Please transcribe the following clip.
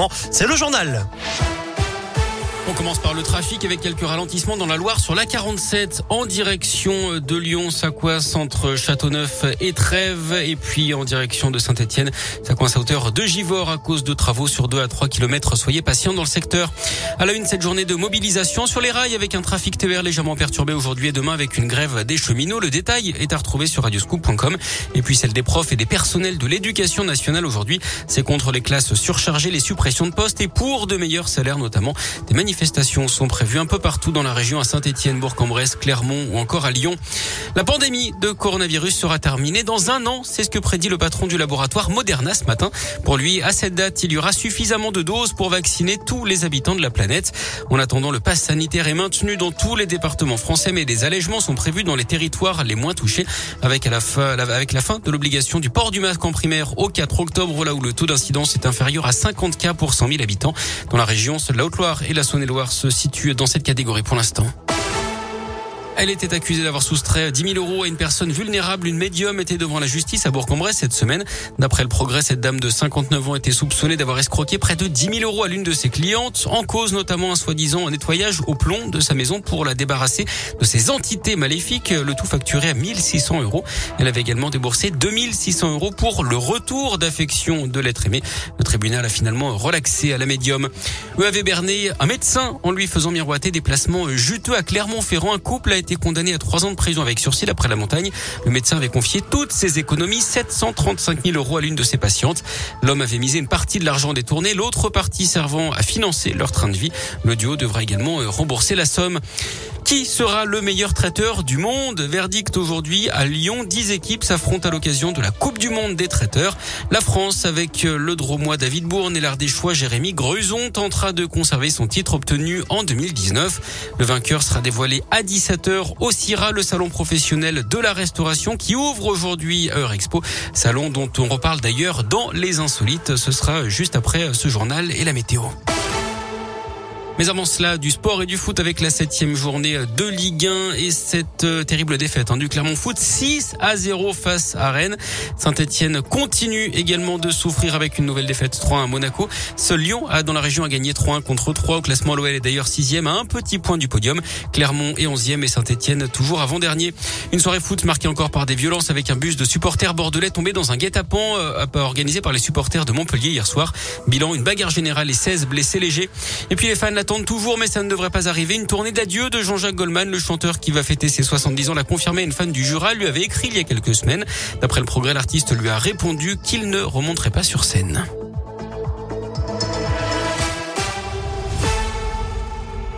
moment, c'est le journal. On commence par le trafic avec quelques ralentissements dans la Loire sur la 47 en direction de Lyon. Ça coince entre Châteauneuf et Trèves. Et puis en direction de Saint-Etienne, ça coince à hauteur de Givors à cause de travaux sur 2 à 3 km. Soyez patients dans le secteur. À la une, cette journée de mobilisation sur les rails avec un trafic TER légèrement perturbé aujourd'hui et demain avec une grève des cheminots. Le détail est à retrouver sur radioscoop.com. Et puis celle des profs et des personnels de l'éducation nationale aujourd'hui. C'est contre les classes surchargées, les suppressions de postes et pour de meilleurs salaires notamment. Des manifestations sont prévues un peu partout dans la région, à Saint-Etienne, Bourg-en-Bresse, Clermont ou encore à Lyon. La pandémie de coronavirus sera terminée dans 1 an. C'est ce que prédit le patron du laboratoire Moderna ce matin. Pour lui, à cette date, il y aura suffisamment de doses pour vacciner tous les habitants de la planète. En attendant, le pass sanitaire est maintenu dans tous les départements français, mais des allègements sont prévus dans les territoires les moins touchés, avec la fin de l'obligation du port du masque en primaire au 4 octobre, là où le taux d'incidence est inférieur à 50 cas pour 100 000 habitants. Dans la région, seule la Haute-Loire et la Saône-et-Loire se situent dans cette catégorie pour l'instant. Elle était accusée d'avoir soustrait 10 000 € à une personne vulnérable. Une médium était devant la justice à Bourg-en-Bresse cette semaine. D'après le Progrès, cette dame de 59 ans était soupçonnée d'avoir escroqué près de 10 000 € à l'une de ses clientes. En cause notamment un soi-disant nettoyage au plomb de sa maison pour la débarrasser de ses entités maléfiques. Le tout facturé à 1 600 €. Elle avait également déboursé 2 600 € pour le retour d'affection de l'être aimé. Le tribunal a finalement relaxé à la médium. EAV Bernet, un médecin en lui faisant miroiter des placements juteux à Clermont-Ferrand. Un couple a été condamné à 3 ans de prison avec sursis après la montagne. Le médecin avait confié toutes ses économies, 735 000 € à l'une de ses patientes. L'homme avait misé une partie de l'argent détourné, l'autre partie servant à financer leur train de vie. Le duo devra également rembourser la somme. Qui sera le meilleur traiteur du monde? Verdict aujourd'hui à Lyon. 10 équipes s'affrontent à l'occasion de la Coupe du Monde des traiteurs. La France, avec le Drômois David Bourne et l'Ardéchois Jérémy Gruson, tentera de conserver son titre obtenu en 2019. Le vainqueur sera dévoilé à 17h au CIRA, le salon professionnel de la restauration qui ouvre aujourd'hui à Eurexpo. Salon dont on reparle d'ailleurs dans Les Insolites. Ce sera juste après ce journal et la météo. Mais avant cela, du sport et du foot avec la 7e journée de Ligue 1 et cette terrible défaite du Clermont Foot 6-0 face à Rennes. Saint-Etienne continue également de souffrir avec une nouvelle défaite 3-1 à Monaco. Seul Lyon dans la région a gagné 3-1 contre 3. Au classement, l'OL est d'ailleurs 6e à un petit point du podium. Clermont est 11e et Saint-Etienne toujours avant-dernier. Une soirée foot marquée encore par des violences avec un bus de supporters bordelais tombé dans un guet-apens organisé par les supporters de Montpellier hier soir. Bilan, une bagarre générale et 16 blessés légers. Et puis les fans l'attendent toujours, mais ça ne devrait pas arriver. Une tournée d'adieu de Jean-Jacques Goldman, le chanteur qui va fêter ses 70 ans, l'a confirmé. Une fan du Jura lui avait écrit il y a quelques semaines. D'après le Progrès, l'artiste lui a répondu qu'il ne remonterait pas sur scène.